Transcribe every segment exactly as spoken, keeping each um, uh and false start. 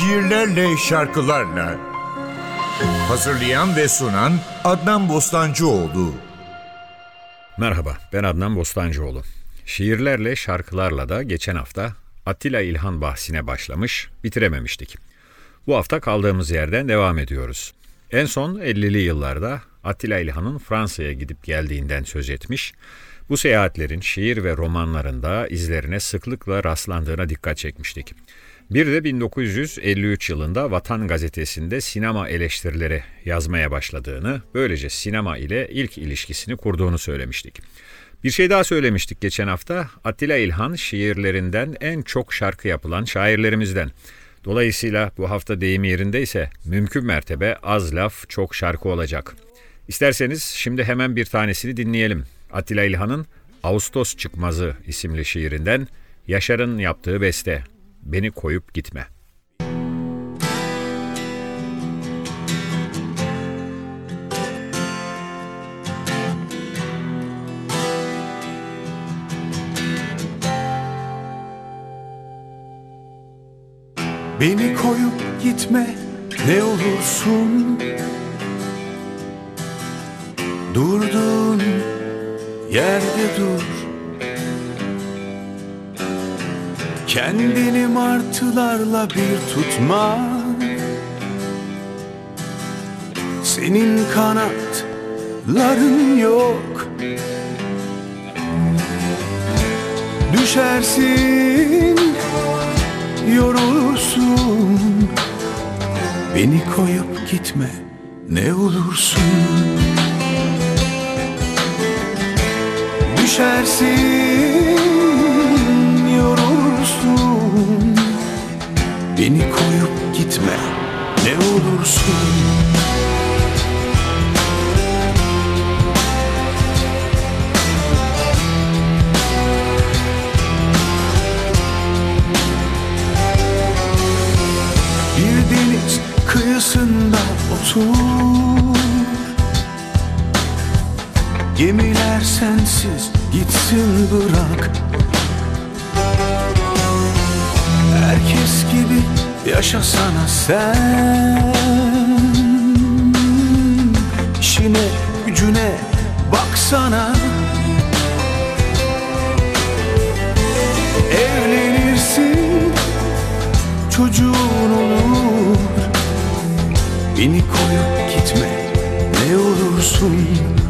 şiirlerle, şarkılarla. Hazırlayan ve sunan Adnan Bostancıoğlu. Merhaba, ben Adnan Bostancıoğlu. Şiirlerle, şarkılarla da geçen hafta Attila İlhan bahsine başlamış, bitirememiştik. Bu hafta kaldığımız yerden devam ediyoruz. En son ellili yıllarda Attila İlhan'ın Fransa'ya gidip geldiğinden söz etmiş, bu seyahatlerin şiir ve romanlarında izlerine sıklıkla rastlandığına dikkat çekmiştik. Bir de bin dokuz yüz elli üç yılında Vatan Gazetesi'nde sinema eleştirileri yazmaya başladığını, böylece sinema ile ilk ilişkisini kurduğunu söylemiştik. Bir şey daha söylemiştik geçen hafta, Attila İlhan şiirlerinden en çok şarkı yapılan şairlerimizden. Dolayısıyla bu hafta deyim yerindeyse mümkün mertebe az laf çok şarkı olacak. İsterseniz şimdi hemen bir tanesini dinleyelim. Attila İlhan'ın Ağustos Çıkmazı isimli şiirinden Yaşar'ın yaptığı beste, Beni Koyup Gitme. Beni koyup gitme ne olursun, durduğun yerde dur. Kendini martılarla bir tutma, senin kanatların yok. Düşersin, yorulursun. Beni koyup gitme ne olursun. Düşersin, yorulursun. Beni koyup gitme ne olursun. Bir deniz kıyısında otur, gemiler sensiz gitsin bırak. Herkes gibi yaşasana sen, işine gücüne baksana. Evlenirsin, çocuğun olur. Beni koyup gitme ne olursun.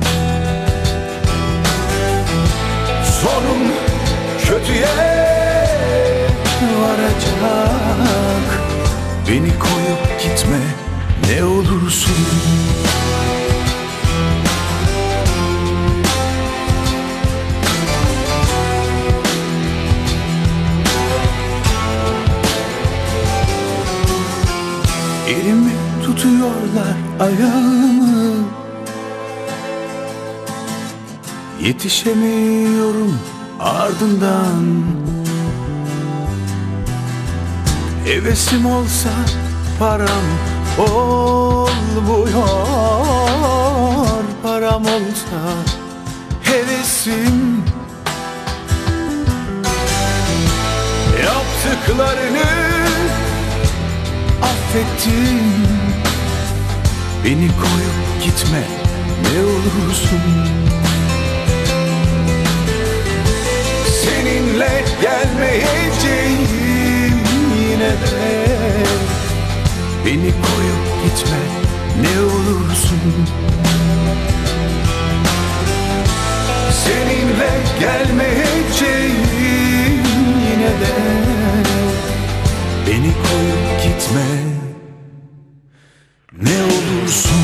Sonum kötüye varacak. Beni koyup gitme ne olursun. Elimi tutuyorlar ayağımı, yetişemiyorum ardından. Hevesim olsa param olmuyor, param olsa hevesim. Yaptıklarını affettim. Beni koyup gitme ne olursun. Seninle gelmeyeceğim yine de. Beni koyup gitme ne olursun. Seninle gelmeyeceğim yine de. Beni koyup gitme ne olursun.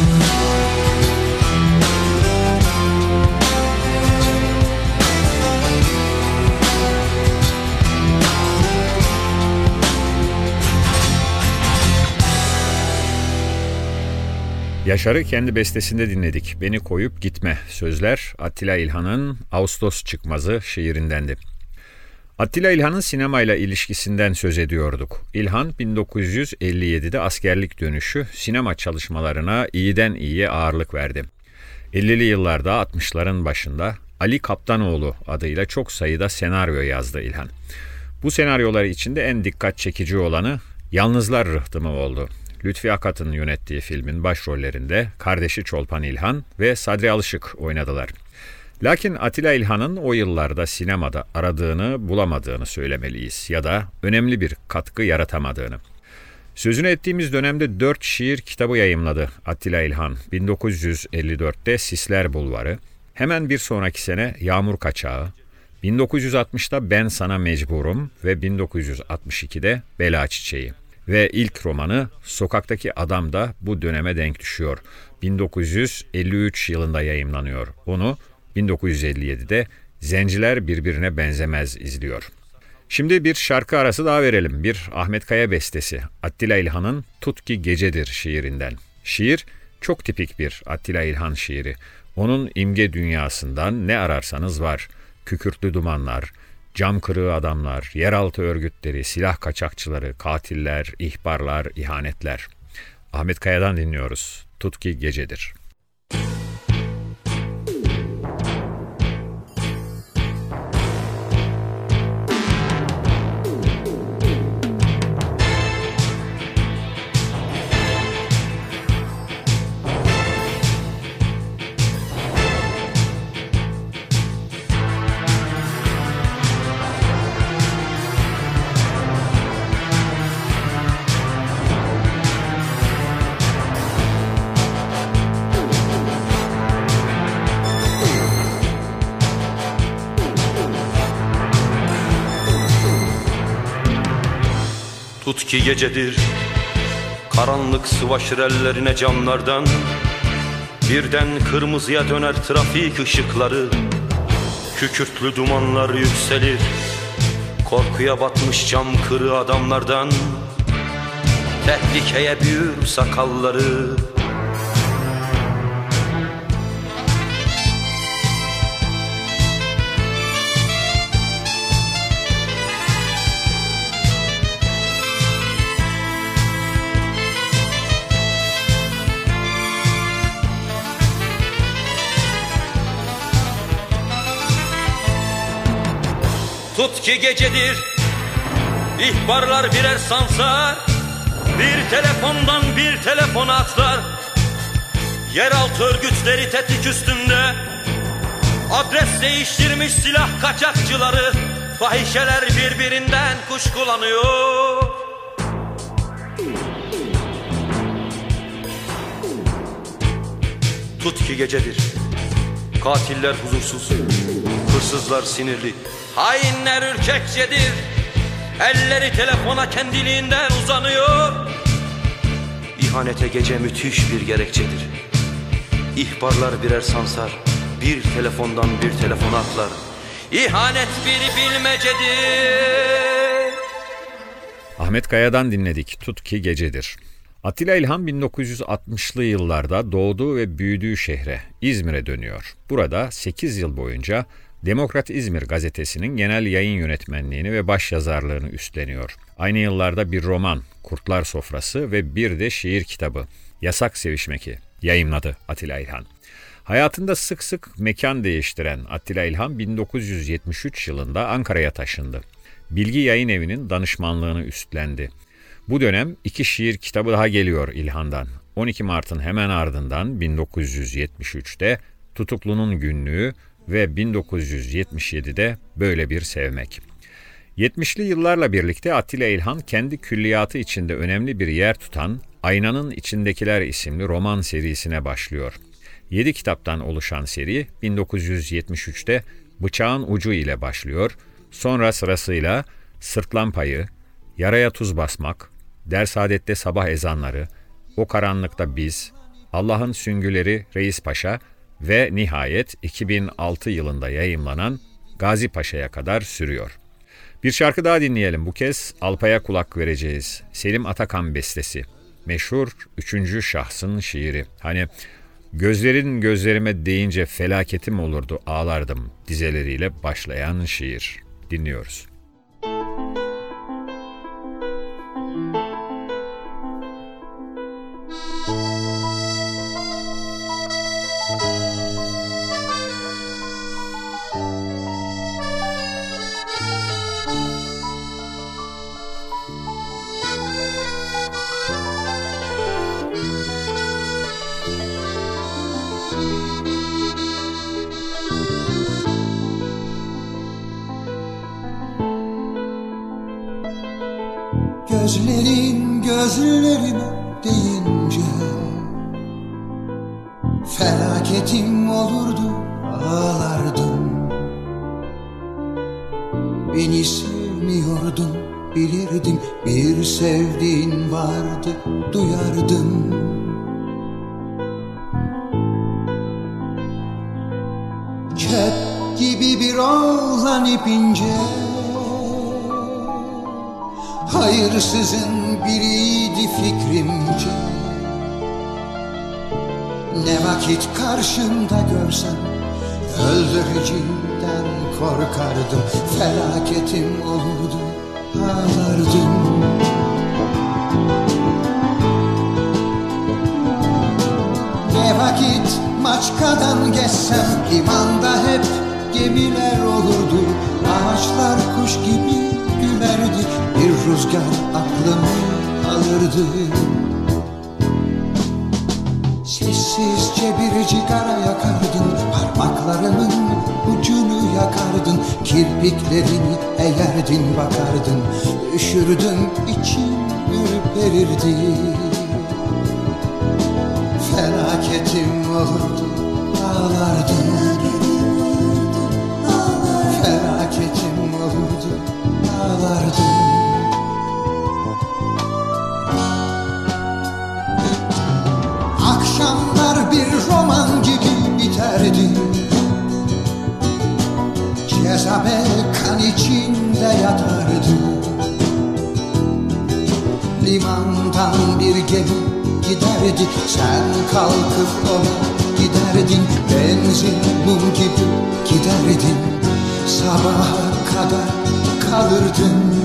Yaşar'ı kendi bestesinde dinledik. Beni Koyup Gitme. Sözler Attila İlhan'ın Ağustos Çıkmazı şiirindendi. Attila İlhan'ın sinemayla ilişkisinden söz ediyorduk. İlhan bin dokuz yüz elli yedide askerlik dönüşü sinema çalışmalarına iyiden iyiye ağırlık verdi. ellili yıllarda altmışların başında Ali Kaptanoğlu adıyla çok sayıda senaryo yazdı İlhan. Bu senaryolar içinde en dikkat çekici olanı Yalnızlar Rıhtımı oldu. Lütfi Akat'ın yönettiği filmin başrollerinde kardeşi Çolpan İlhan ve Sadri Alışık oynadılar. Lakin Atilla İlhan'ın o yıllarda sinemada aradığını bulamadığını söylemeliyiz ya da önemli bir katkı yaratamadığını. Sözünü ettiğimiz dönemde dört şiir kitabı yayımladı Atilla İlhan. bin dokuz yüz elli dörtte Sisler Bulvarı, hemen bir sonraki sene Yağmur Kaçağı, bin dokuz yüz altmışta Ben Sana Mecburum ve bin dokuz yüz altmış ikide Bela Çiçeği. Ve ilk romanı Sokaktaki Adam da bu döneme denk düşüyor. bin dokuz yüz elli üç yılında yayımlanıyor. Onu bin dokuz yüz elli yedide Zenciler Birbirine Benzemez izliyor. Şimdi bir şarkı arası daha verelim. Bir Ahmet Kaya bestesi. Atilla İlhan'ın Tut Ki Gecedir şiirinden. Şiir çok tipik bir Atilla İlhan şiiri. Onun imge dünyasından ne ararsanız var. Kükürtlü dumanlar, cam kırığı adamlar, yeraltı örgütleri, silah kaçakçıları, katiller, ihbarlar, ihanetler. Ahmet Kaya'dan dinliyoruz. Tut Ki Gecedir. Tut ki gecedir, karanlık sıvaşır ellerine camlardan. Birden kırmızıya döner trafik ışıkları. Kükürtlü dumanlar yükselir, korkuya batmış cam kırığı adamlardan. Tehlikeye büyür sakalları. Tut ki gecedir, ihbarlar birer sansar. Bir telefondan bir telefona atlar. Yeraltı örgütleri tetik üstünde. Adres değiştirmiş silah kaçakçıları. Fahişeler birbirinden kuşkulanıyor. Tut ki gecedir, katiller huzursuz, hırsızlar sinirli, hainler ürkekçedir. Elleri telefona kendiliğinden uzanıyor. İhanete gece müthiş bir gerekçedir. İhbarlar birer sansar, bir telefondan bir telefona atlar. İhanet bir bilmecedir. Ahmet Kaya'dan dinledik. Tut Ki Gecedir. Atilla İlhan bin dokuz yüz altmışlı yıllarda doğduğu ve büyüdüğü şehre, İzmir'e dönüyor. Burada sekiz yıl boyunca Demokrat İzmir gazetesinin genel yayın yönetmenliğini ve başyazarlığını üstleniyor. Aynı yıllarda bir roman, Kurtlar Sofrası ve bir de şiir kitabı, Yasak Sevişmek'i yayımladı Atilla İlhan. Hayatında sık sık mekan değiştiren Atilla İlhan bin dokuz yüz yetmiş üç yılında Ankara'ya taşındı. Bilgi Yayın Evi'nin danışmanlığını üstlendi. Bu dönem iki şiir kitabı daha geliyor İlhan'dan. on iki Mart'ın hemen ardından bin dokuz yüz yetmiş üçte Tutuklu'nun Günlüğü ve bin dokuz yüz yetmiş yedide Böyle Bir Sevmek. yetmişli yıllarla birlikte Atilla İlhan kendi külliyatı içinde önemli bir yer tutan Aynanın İçindekiler isimli roman serisine başlıyor. Yedi kitaptan oluşan seri bin dokuz yüz yetmiş üçte Bıçağın Ucu ile başlıyor. Sonra sırasıyla Sırtlan Payı, Yaraya Tuz Basmak, Dersaadet'te Sabah Ezanları, O Karanlıkta Biz, Allah'ın Süngüleri Reis Paşa ve nihayet iki bin altı yılında yayımlanan Gazi Paşa'ya kadar sürüyor. Bir şarkı daha dinleyelim. Bu kez Alpay'a kulak vereceğiz. Selim Atakan bestesi. Meşhur Üçüncü Şahsın şiiri. Hani gözlerin gözlerime değince felaketim olurdu ağlardım dizeleriyle başlayan şiir. Dinliyoruz. senin gözlerine deyince felaketim olurdu, ağlardım. Beni sevmiyordun, bilirdim, bir sevdiğin vardı, duyardım. Çöp gibi bir oğlan ipince hayırsızın biriydi fikrimce. Ne vakit karşımda görsem öldürücünden korkardım. Felaketim olurdu, ağlardım. Ne vakit Maçka'dan geçsem limanda hep gemiler olurdu. Ağaçlar kuş gibi gülerdi, bir rüzgar aklımı alırdı. Sessizce bir cigara yakardın, parmaklarımın ucunu yakardın. Kirpiklerini eğerdin bakardın, üşürdüm içim ürperirdi. Felaketim olurdu, ağlardım. Felaketim olurdu, ağlardım. Akşamlar bir roman gibi biterdi. Cezabel kan içinde yatardı. Limandan bir gemi giderdi, sen kalkıp ona giderdin. Benzin mum gibi giderdin, sabaha kadar kalırdın.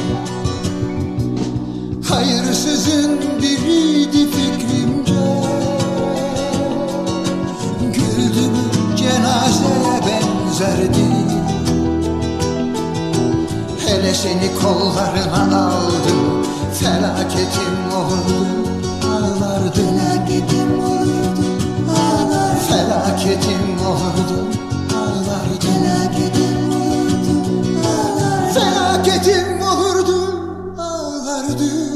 Hayırsızın biriydi fikrimce, güldü mü cenazeye benzerdi. Hele seni kollarına aldım, felaketim olurdu, ağlardım. Felaketim olurdu, ağlardım. Felaketim olurdu, ağlardım. Felaketim olurdu, ağlardım. Felaketim olurdu, ağlardım.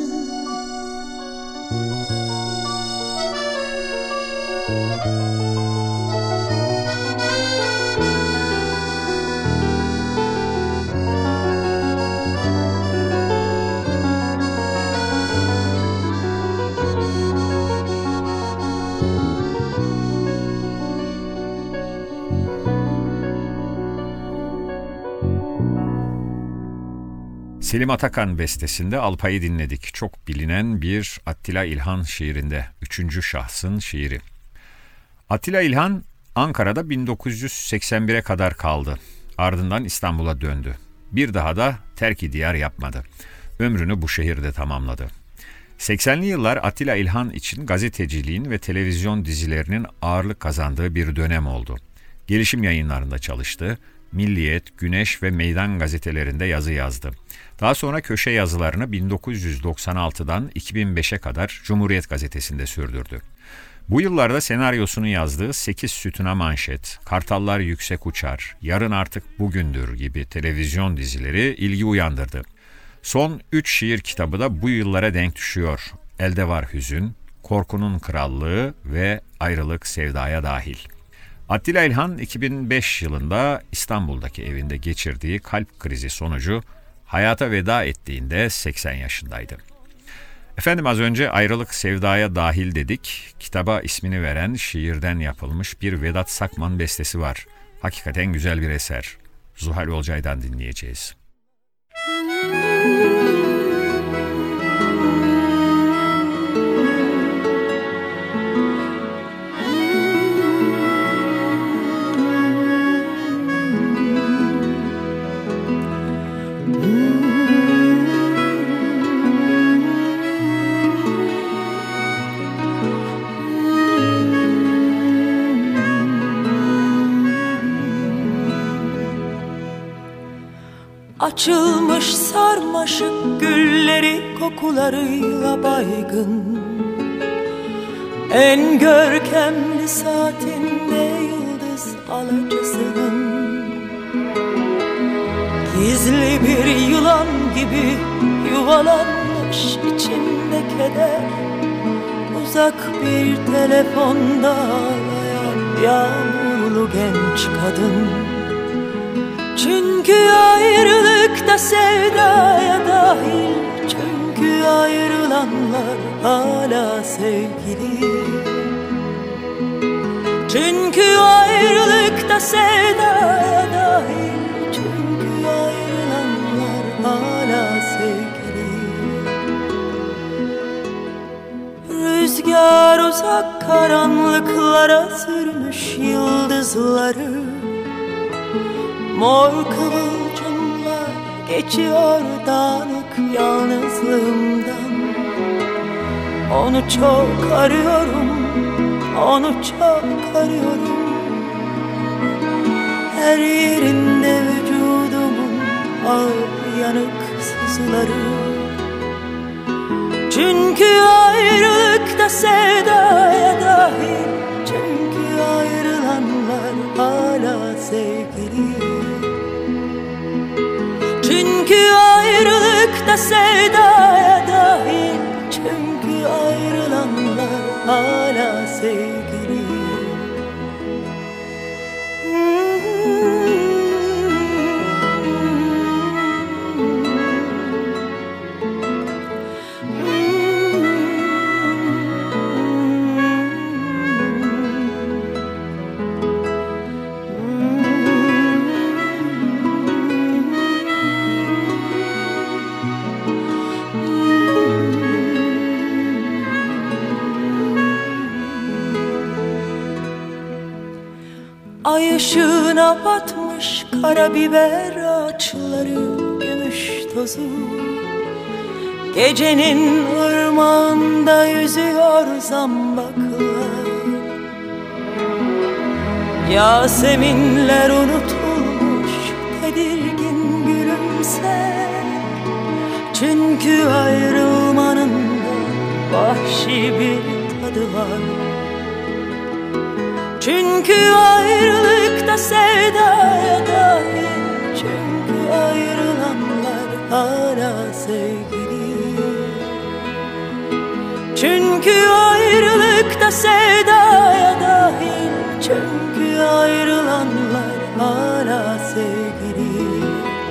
Selim Atakan bestesinde Alpay'ı dinledik. Çok bilinen bir Attila İlhan şiirinde. Üçüncü şahsın şiiri. Attila İlhan Ankara'da bin dokuz yüz seksen bire kadar kaldı. Ardından İstanbul'a döndü. Bir daha da terk-i diyar yapmadı. Ömrünü bu şehirde tamamladı. seksenli yıllar Attila İlhan için gazeteciliğin ve televizyon dizilerinin ağırlık kazandığı bir dönem oldu. Gelişim yayınlarında çalıştı. Milliyet, Güneş ve Meydan gazetelerinde yazı yazdı. Daha sonra köşe yazılarını bin dokuz yüz doksan altıdan iki bin beşe kadar Cumhuriyet gazetesinde sürdürdü. Bu yıllarda senaryosunu yazdığı Sekiz Sütuna Manşet, Kartallar Yüksek Uçar, Yarın Artık Bugündür gibi televizyon dizileri ilgi uyandırdı. Son üç şiir kitabı da bu yıllara denk düşüyor. Elde Var Hüzün, Korkunun Krallığı ve Ayrılık Sevdaya Dahil. Attila İlhan iki bin beş yılında İstanbul'daki evinde geçirdiği kalp krizi sonucu hayata veda ettiğinde seksen yaşındaydı. Efendim az önce Ayrılık Sevdaya Dahil dedik. Kitaba ismini veren şiirden yapılmış bir Vedat Sakman bestesi var. Hakikaten güzel bir eser. Zuhal Olcay'dan dinleyeceğiz. Açılmış sarmaşık gülleri kokularıyla baygın, en görkemli saatinde yıldız alıcısının. Gizli bir yılan gibi yuvalandı kalmış içinde keder. Uzak bir telefonda ağlayan yağmurlu genç kadın. Çünkü ayrılıkta sevdaya dahil. Çünkü ayrılanlar hala sevgili. Çünkü ayrılıkta sevdaya dahil. Çünkü ayrılanlar hala sevgili. Rüzgar uzak karanlıklara sürmüş yıldızları. Mor kıvılcımlar geçiyor dağınık yalnızlığımdan. Onu çok arıyorum, onu çok arıyorum. Her yerinde vücudumun ağır yanık sızıları. Çünkü ayrılıkta sevdaya dahil. Çünkü ayrılanlar hala sevgili. Çünkü ayrılıkta sevdaya dahil. Çünkü ayrılanlar hala sevgili. Ay ışığına batmış karabiber ağaçları, gümüş tozu. Gecenin ırmağında yüzüyor zambaklar. Yaseminler unutulmuş, tedirgin gülümser. Çünkü ayrılmanın da vahşi bir tadı var. Çünkü ayrılıkta sevdaya dahil. Çünkü ayrılanlar hala sevgili. Çünkü ayrılıkta sevdaya dahil. Çünkü ayrılanlar hala sevgili.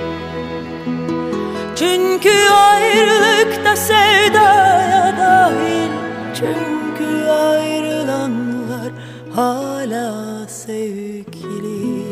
Çünkü ayrılıkta sevdaya dahil. Çünkü ayrılanlar hala sevgili.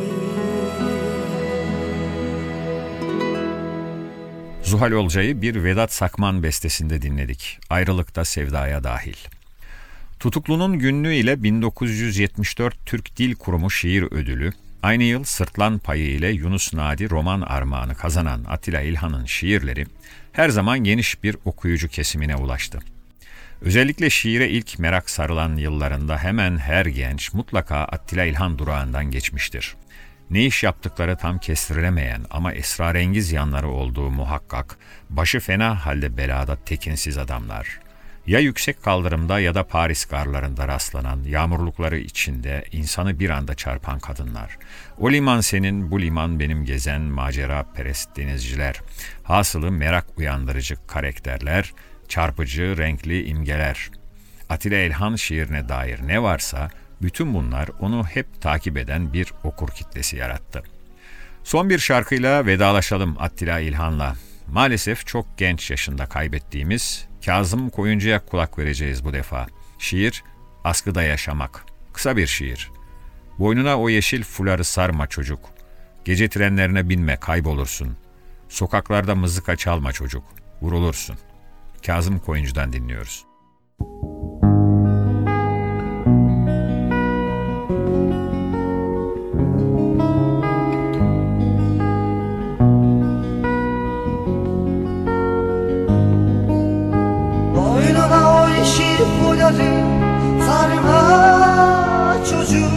Zuhal Olcay'ı bir Vedat Sakman bestesinde dinledik. Ayrılıkta sevdaya dahil. Tutuklu'nun günlüğü ile bin dokuz yüz yetmiş dört Türk Dil Kurumu Şiir Ödülü, aynı yıl Sırtlan Payı ile Yunus Nadi roman armağanı kazanan Atilla İlhan'ın şiirleri her zaman geniş bir okuyucu kesimine ulaştı. Özellikle şiire ilk merak sarılan yıllarında hemen her genç mutlaka Atilla İlhan durağından geçmiştir. Ne iş yaptıkları tam kestirilemeyen ama esrarengiz yanları olduğu muhakkak, başı fena halde belada tekinsiz adamlar. Ya yüksek kaldırımda ya da Paris garlarında rastlanan yağmurlukları içinde insanı bir anda çarpan kadınlar. O liman senin, bu liman benim gezen macera perest denizciler. Hasılı merak uyandırıcı karakterler, çarpıcı renkli imgeler. Atilla İlhan şiirine dair ne varsa bütün bunlar onu hep takip eden bir okur kitlesi yarattı. Son bir şarkıyla vedalaşalım Atilla İlhan'la. Maalesef çok genç yaşında kaybettiğimiz Kazım Koyuncu'ya kulak vereceğiz bu defa. Şiir, Askıda Yaşamak. Kısa bir şiir. Boynuna o yeşil fuları sarma çocuk. Gece trenlerine binme, kaybolursun. Sokaklarda mızıka çalma çocuk, vurulursun. Kazım Koyuncu'dan dinliyoruz. Boynuna o yeşil fuları sarma çocuk.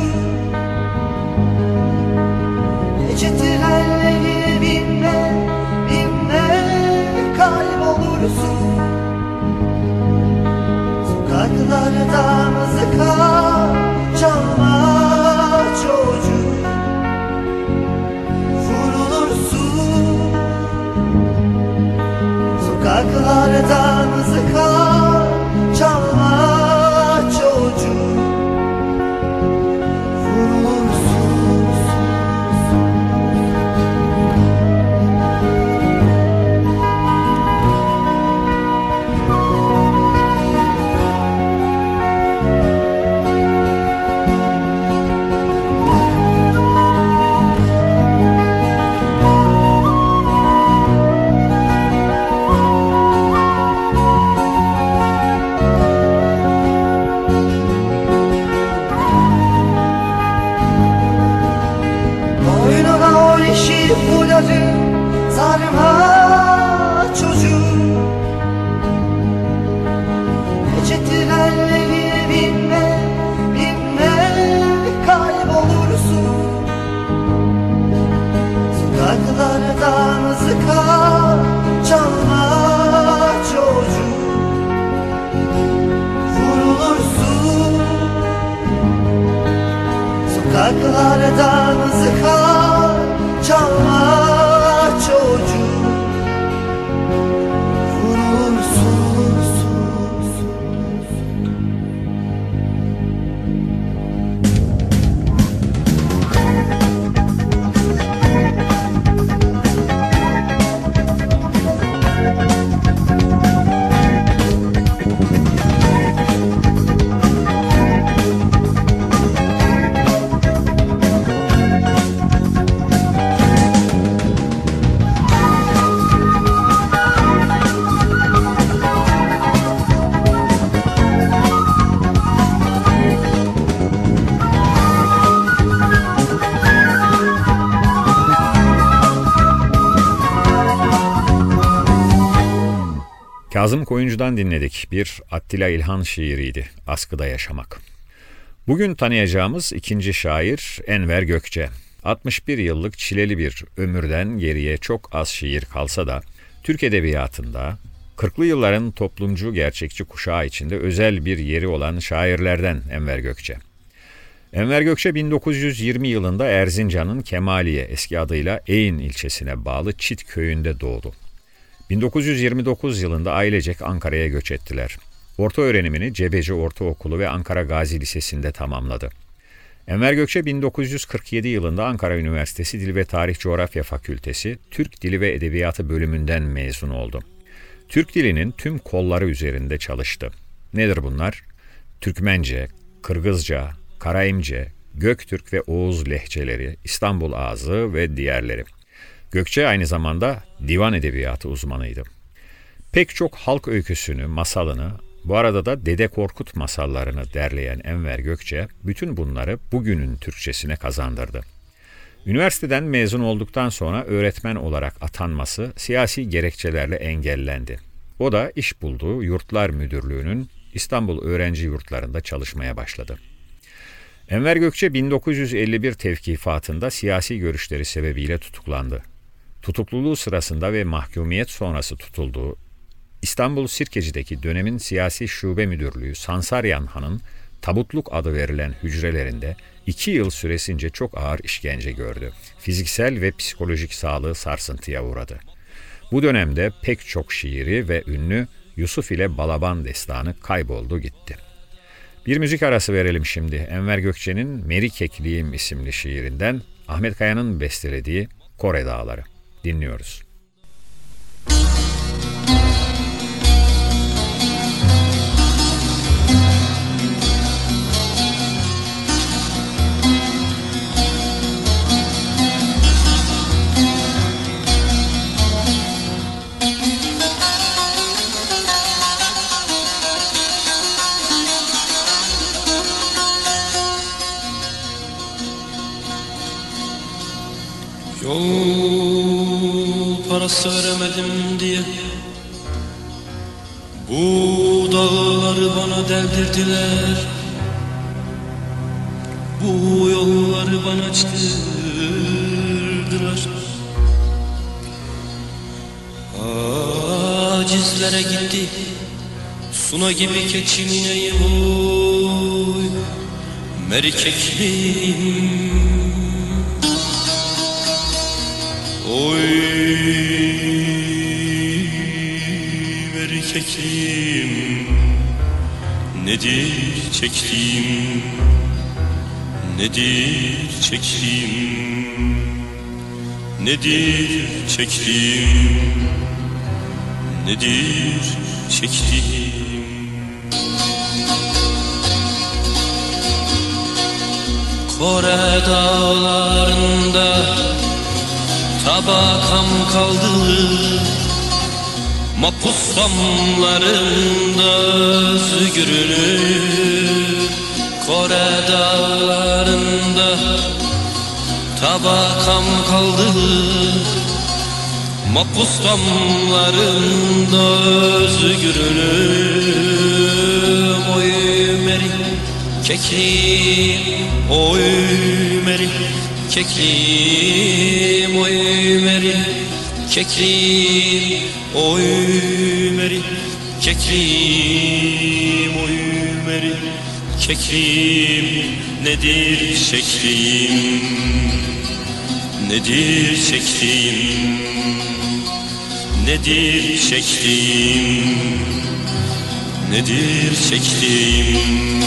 Gece trenlerine binme, binme, kaybolursun. fuları sarma çocuğum. Gece trenleri binme, binme kaybolursun. Sokaklarda mızıka çalma çocuğum. Vurulursun. Sokaklarda mızıka çalma çocuğum. Vurulursun. Kazım Koyuncu'dan dinledik. Bir Attila İlhan şiiriydi. Askıda Yaşamak. Bugün tanıyacağımız ikinci şair Enver Gökçe. altmış bir yıllık çileli bir ömürden geriye çok az şiir kalsa da Türk edebiyatında kırklı yılların toplumcu gerçekçi kuşağı içinde özel bir yeri olan şairlerden Enver Gökçe. Enver Gökçe bin dokuz yüz yirmi yılında Erzincan'ın Kemaliye, eski adıyla Eğin ilçesine bağlı Çit köyünde doğdu. bin dokuz yüz yirmi dokuz yılında ailecek Ankara'ya göç ettiler. Orta öğrenimini Cebeci Ortaokulu ve Ankara Gazi Lisesi'nde tamamladı. Enver Gökçe bin dokuz yüz kırk yedi yılında Ankara Üniversitesi Dil ve Tarih Coğrafya Fakültesi Türk Dili ve Edebiyatı bölümünden mezun oldu. Türk dilinin tüm kolları üzerinde çalıştı. Nedir bunlar? Türkmence, Kırgızca, Karaimce, Göktürk ve Oğuz lehçeleri, İstanbul ağzı ve diğerleri. Gökçe aynı zamanda divan edebiyatı uzmanıydı. Pek çok halk öyküsünü, masalını, bu arada da Dede Korkut masallarını derleyen Enver Gökçe, bütün bunları bugünün Türkçesine kazandırdı. Üniversiteden mezun olduktan sonra öğretmen olarak atanması siyasi gerekçelerle engellendi. O da iş bulduğu Yurtlar Müdürlüğü'nün İstanbul öğrenci yurtlarında çalışmaya başladı. Enver Gökçe bin dokuz yüz elli bir tevkifatında siyasi görüşleri sebebiyle tutuklandı. Tutukluluğu sırasında ve mahkumiyet sonrası tutulduğu İstanbul Sirkeci'deki dönemin siyasi şube müdürlüğü Sansaryan Han'ın tabutluk adı verilen hücrelerinde iki yıl süresince çok ağır işkence gördü. Fiziksel ve psikolojik sağlığı sarsıntıya uğradı. Bu dönemde pek çok şiiri ve ünlü Yusuf ile Balaban destanı kayboldu gitti. Bir müzik arası verelim şimdi. Enver Gökçe'nin Meri Kekliğim isimli şiirinden Ahmet Kaya'nın bestelediği Kore Dağları. Dinliyoruz. Yol parası veremedim diye bu dağları bana deldirdiler. Bu yolları bana çıkırdılar. Acizlere gitti Suna gibi keçineyim oy merkeklim. Oy erkekliğim, nedir çektiğim, nedir çektiğim, nedir çektiğim, nedir çektiğim. Kore dağlarında tabakam kaldı, mapus damlarında zügürünür. Kore dağlarında tabakam kaldı. Mapus damlarında özgürlüğüm. Oy meri keklim, oy meri keklim, oy meri keklim, oy meri keklim, oy meri keklim. Nedir şeklim, nedir çektiğim, nedir çektiğim, nedir çektiğim.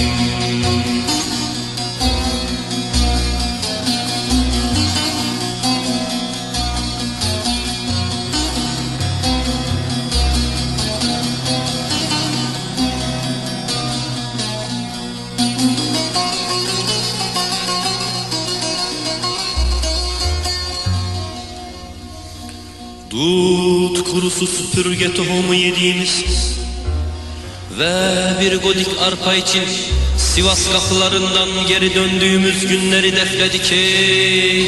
Dut kurusu süpürge tohumu yediğimiz ve bir godik arpa için Sivas kapılarından geri döndüğümüz günleri defledik ey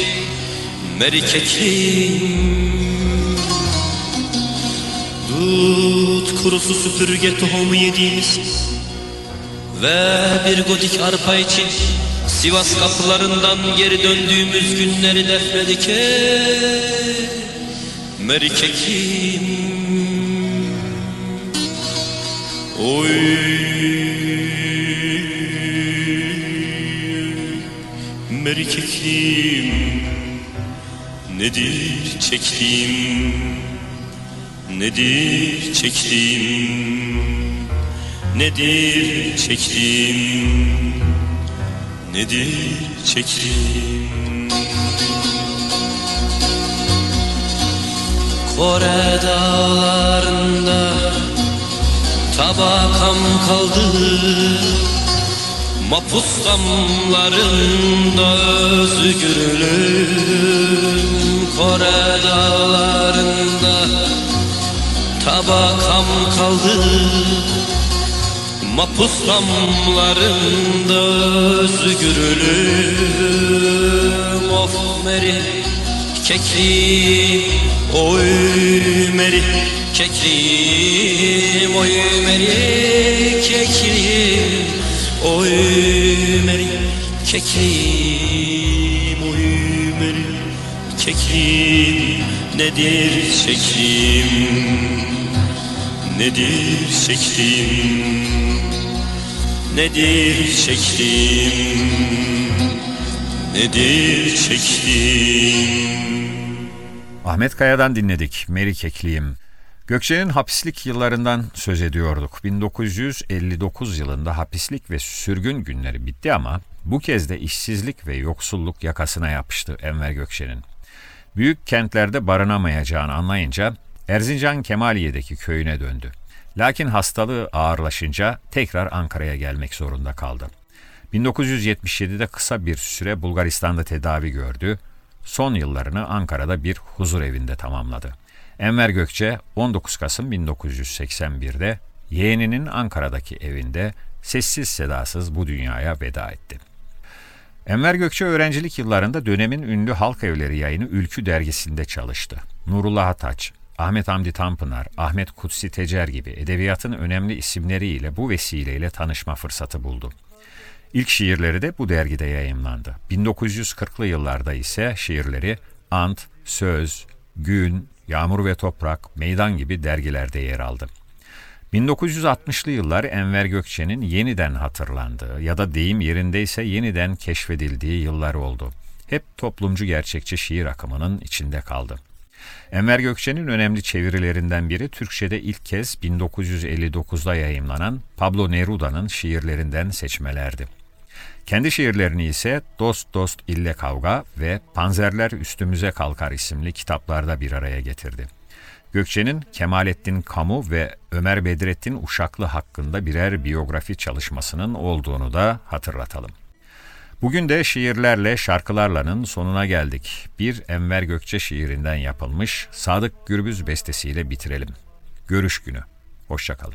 merikeklim. Dut kurusu süpürge tohumu yediğimiz ve bir godik arpa için Sivas kapılarından geri döndüğümüz günleri defledik ey merikeklim. Oy merikeklim, nedir çektiğim, nedir çektiğim, nedir çektiğim, nedir çektiğim. Kore dağlarında tabakam kaldı. Mapus damlarında özgürlüğüm. Kore dağlarında tabakam kaldı. Mapus damlarında özgürlüğüm. Of meri keklim, oy meri keklim, oy meri keklim, oy meri keklim, oy meri keklim. Nedir şeklim, nedir şeklim, nedir şeklim, nedir şeklim. Ahmet Kaya'dan dinledik Meri Kekliğim. Gökçe'nin hapislik yıllarından söz ediyorduk. bin dokuz yüz elli dokuz yılında hapislik ve sürgün günleri bitti ama bu kez de işsizlik ve yoksulluk yakasına yapıştı Enver Gökçe'nin. Büyük kentlerde barınamayacağını anlayınca Erzincan Kemaliye'deki köyüne döndü. Lakin hastalığı ağırlaşınca tekrar Ankara'ya gelmek zorunda kaldı. bin dokuz yüz yetmiş yedide kısa bir süre Bulgaristan'da tedavi gördü. Son yıllarını Ankara'da bir huzur evinde tamamladı. Enver Gökçe on dokuz Kasım bin dokuz yüz seksen birde yeğeninin Ankara'daki evinde sessiz sedasız bu dünyaya veda etti. Enver Gökçe öğrencilik yıllarında dönemin ünlü halk evleri yayını Ülkü dergisinde çalıştı. Nurullah Ataç, Ahmet Hamdi Tanpınar, Ahmet Kutsi Tecer gibi edebiyatın önemli isimleriyle bu vesileyle tanışma fırsatı buldu. İlk şiirleri de bu dergide yayımlandı. bin dokuz yüz kırklı yıllarda ise şiirleri Ant, Söz, Gün, Yağmur ve Toprak, Meydan gibi dergilerde yer aldı. bin dokuz yüz altmışlı yıllar Enver Gökçe'nin yeniden hatırlandığı ya da deyim yerindeyse yeniden keşfedildiği yıllar oldu. Hep toplumcu gerçekçi şiir akımının içinde kaldı. Enver Gökçe'nin önemli çevirilerinden biri Türkçe'de ilk kez bin dokuz yüz elli dokuzda yayımlanan Pablo Neruda'nın şiirlerinden seçmelerdi. Kendi şiirlerini ise Dost Dost İlle Kavga ve Panzerler Üstümüze Kalkar isimli kitaplarda bir araya getirdi. Gökçe'nin Kemalettin Kamu ve Ömer Bedrettin Uşaklı hakkında birer biyografi çalışmasının olduğunu da hatırlatalım. Bugün de şiirlerle, şarkılarlanın sonuna geldik. Bir Enver Gökçe şiirinden yapılmış Sadık Gürbüz bestesiyle bitirelim. Görüş günü. Hoşça kalın.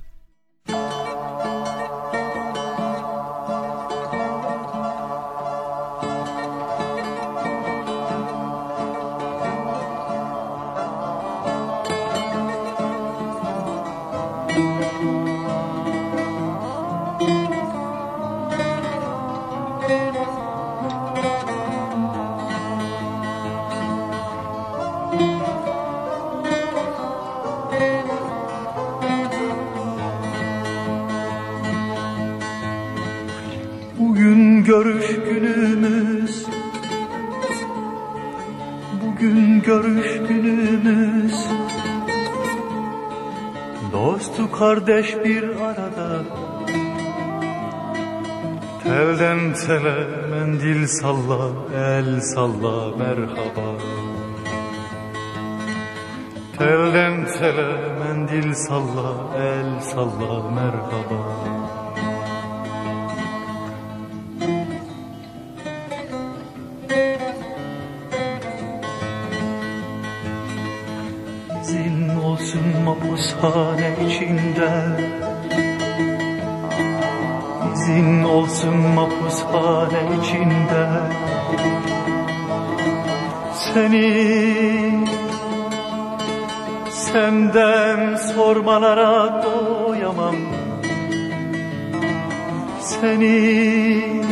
Bugün görüş günümüz, bugün görüş günümüz. Dostu kardeş bir arada, telden tele mendil salla, el salla merhaba. Telden tele mendil salla, el salla merhaba. İzin olsun mapushane içinde, İzin olsun mapushane içinde. Seni senden sormalara doyamam. Seni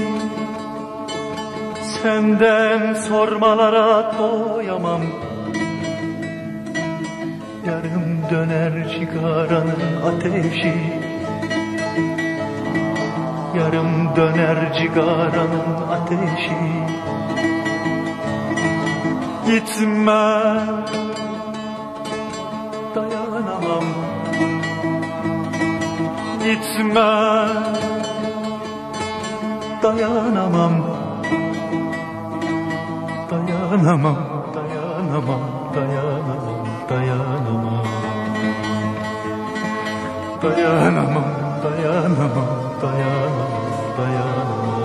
senden sormalara doyamam. Yarım döner cigaranın ateşi, yarım döner cigaranın ateşi. Gitme, dayanamam. Gitme, dayanamam. Dayanamam, dayanamam, dayanamam, dayanamam. Dayanamam, dayanamam, dayanamam, dayanamam.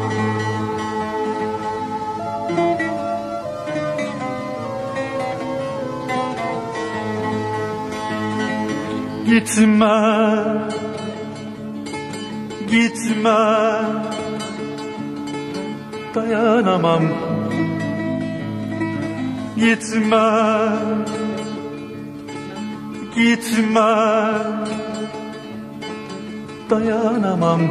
Gitme, gitme, dayanamam. Gitme, gitme, dayanamam.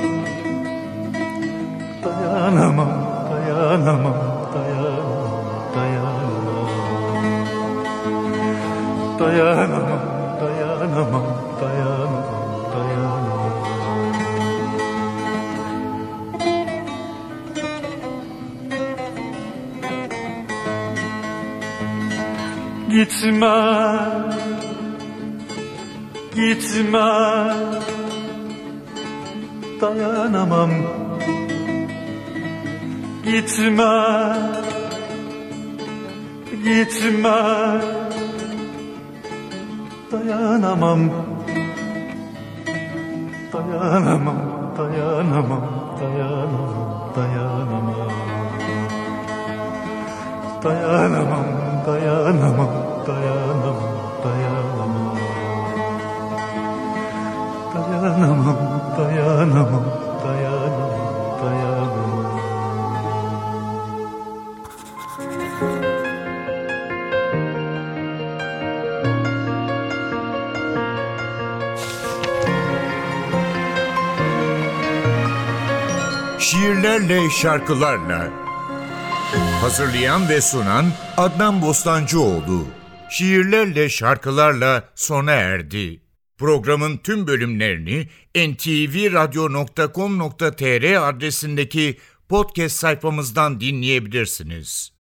Dayanamam, dayanamam, dayanamam, dayanamam. Dayanamam, dayanamam, dayanamam, dayanamam. Gitme, gitme, dayanamam. Gitme, gitme, dayanamam. Dayanamam, dayanamam, dayanamam, dayanamam. Dayanamam, dayanamam, dayanamam, dayanamam. Dayanamam, dayanamam, dayanamam, dayanamam. Şiirlerle, şarkılarla. Hazırlayan ve sunan Adnan Bostancıoğlu. Şiirlerle, şarkılarla sona erdi. Programın tüm bölümlerini en te ve radyo nokta com nokta te er adresindeki podcast sayfamızdan dinleyebilirsiniz.